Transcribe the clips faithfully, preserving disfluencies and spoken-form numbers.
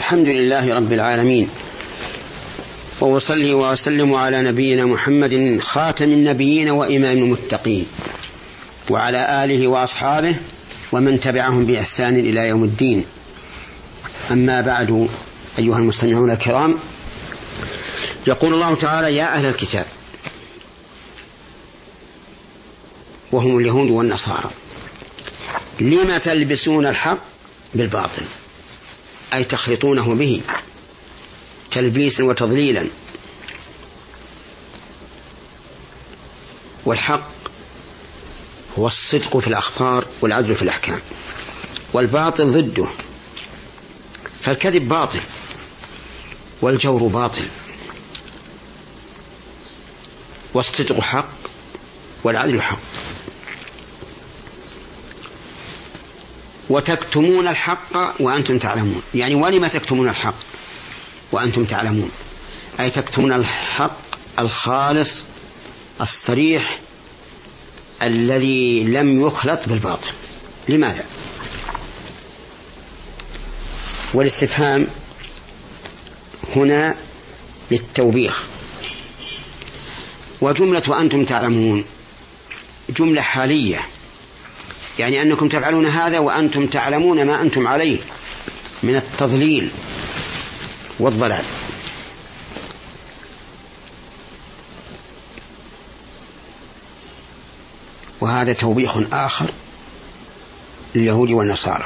الحمد لله رب العالمين، وأصلي وأسلم على نبينا محمد خاتم النبيين وإمام المتقين، وعلى آله وأصحابه ومن تبعهم بإحسان إلى يوم الدين. أما بعد، أيها المستمعون الكرام، يقول الله تعالى: يا أهل الكتاب، وهم اليهود والنصارى، لم تلبسون الحق بالباطل، أي تخلطونه به تلبيسا وتضليلا. والحق هو الصدق في الأخبار والعدل في الأحكام، والباطل ضده، فالكذب باطل والجور باطل، والصدق حق والعدل حق. وتكتمون الحق وأنتم تعلمون، يعني ولم تكتمون الحق وأنتم تعلمون، أي تكتمون الحق الخالص الصريح الذي لم يخلط بالباطل. لماذا؟ والاستفهام هنا للتوبيخ. وجملة وأنتم تعلمون جملة حالية، يعني أنكم تفعلون هذا وأنتم تعلمون ما أنتم عليه من التضليل والضلال. وهذا توبيخ آخر لليهود والنصارى.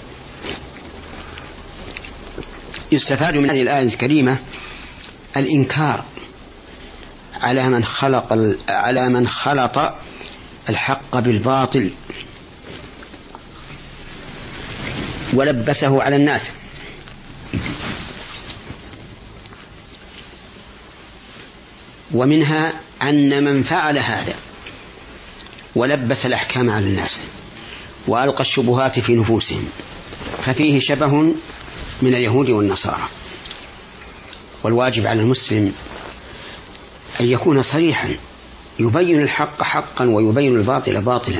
يستفاد من هذه الآية الكريمة الإنكار على من خلق على من خلط الحق بالباطل ولبسه على الناس. ومنها أن من فعل هذا ولبس الأحكام على الناس وألقى الشبهات في نفوسهم ففيه شبه من اليهود والنصارى. والواجب على المسلم أن يكون صريحا، يبين الحق حقا ويبين الباطل باطلا،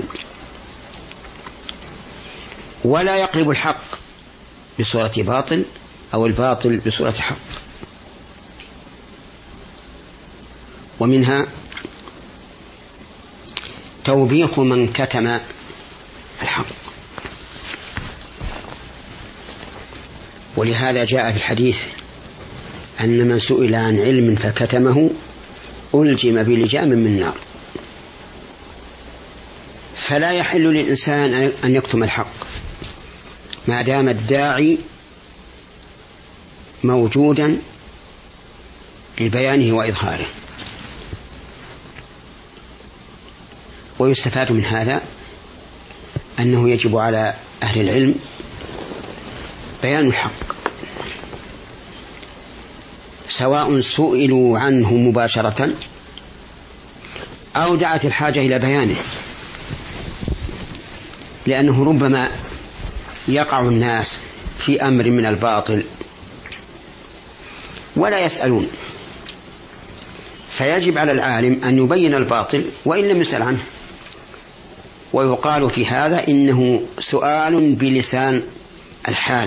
ولا يقلب الحق بصورة باطل أو الباطل بصورة حق. ومنها توبيخ من كتم الحق. ولهذا جاء في الحديث أن من سئل عن علم فكتمه ألجم بلجام من نار. فلا يحل للإنسان أن يكتم الحق ما دام الداعي موجودا لبيانه وإظهاره. ويستفاد من هذا أنه يجب على أهل العلم بيان الحق، سواء سئلوا عنه مباشرة أو دعت الحاجة إلى بيانه، لأنه ربما يقع الناس في أمر من الباطل ولا يسألون، فيجب على العالم أن يبين الباطل وإن لم يسأل عنه. ويقال في هذا إنه سؤال بلسان الحال.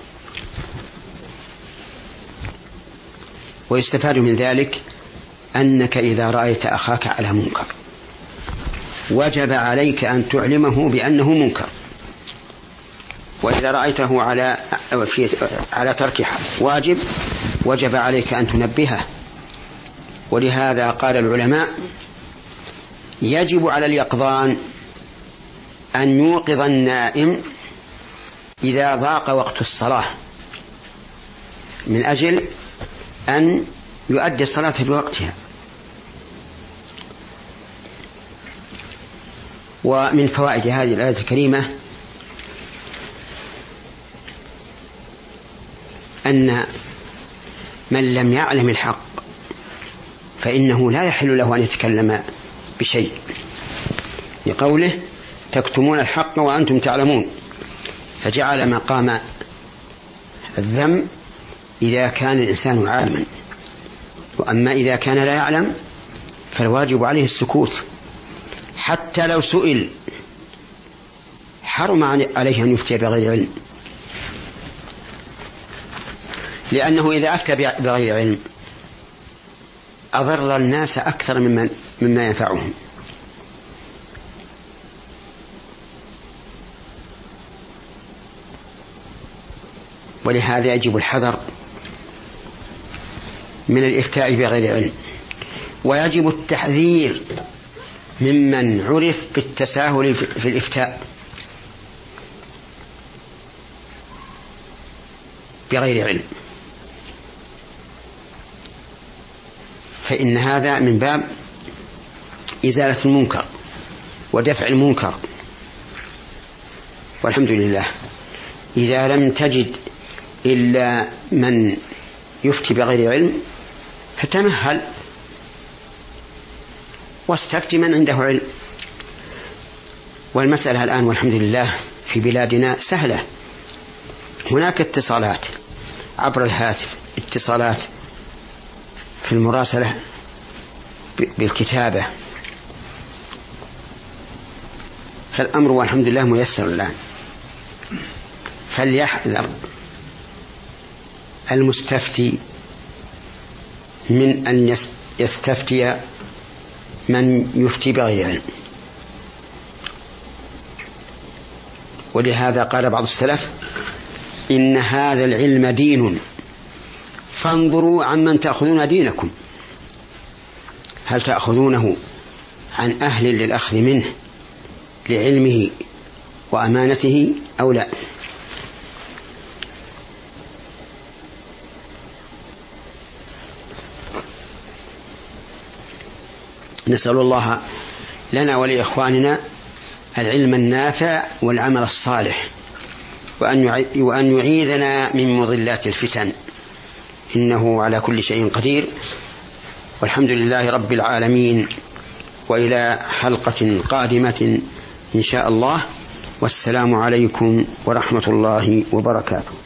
ويستفاد من ذلك أنك إذا رأيت أخاك على منكر وجب عليك أن تعلمه بأنه منكر، وإذا رأيته على على ترك واجب وجب عليك أن تنبهه. ولهذا قال العلماء: يجب على اليقظان أن يوقظ النائم إذا ضاق وقت الصلاة، من أجل أن يؤدي الصلاة بوقتها. ومن فوائد هذه الآية الكريمة أن من لم يعلم الحق فإنه لا يحل له أن يتكلم بشيء، لقوله: تكتمون الحق وأنتم تعلمون، فجعل مقام الذم إذا كان الإنسان عالما. وأما إذا كان لا يعلم فالواجب عليه السكوت، حتى لو سئل حرم عليه أن يفتي بغير علم. لأنه إذا أفتى بغير علم أضر الناس أكثر مما, مما ينفعهم. ولهذا يجب الحذر من الإفتاء بغير علم، ويجب التحذير ممن عرف بالتساهل في الإفتاء بغير علم، فإن هذا من باب إزالة المنكر ودفع المنكر. والحمد لله إذا لم تجد إلا من يفتي بغير علم فتمهل واستفتي من عنده علم. والمسألة الآن والحمد لله في بلادنا سهلة، هناك اتصالات عبر الهاتف، اتصالات في المراسلة بالكتابة، فالأمر والحمد لله ميسر الآن. فليحذر المستفتي من أن يستفتي من يفتي بغير علم. ولهذا قال بعض السلف: إن هذا العلم دين فانظروا عمن تأخذون دينكم، هل تأخذونه عن أهل للأخذ منه لعلمه وأمانته أو لا. نسأل الله لنا ولإخواننا العلم النافع والعمل الصالح، وأن يعيذنا من مضلات الفتن، إنه على كل شيء قدير. والحمد لله رب العالمين، وإلى حلقة قادمة إن شاء الله، والسلام عليكم ورحمة الله وبركاته.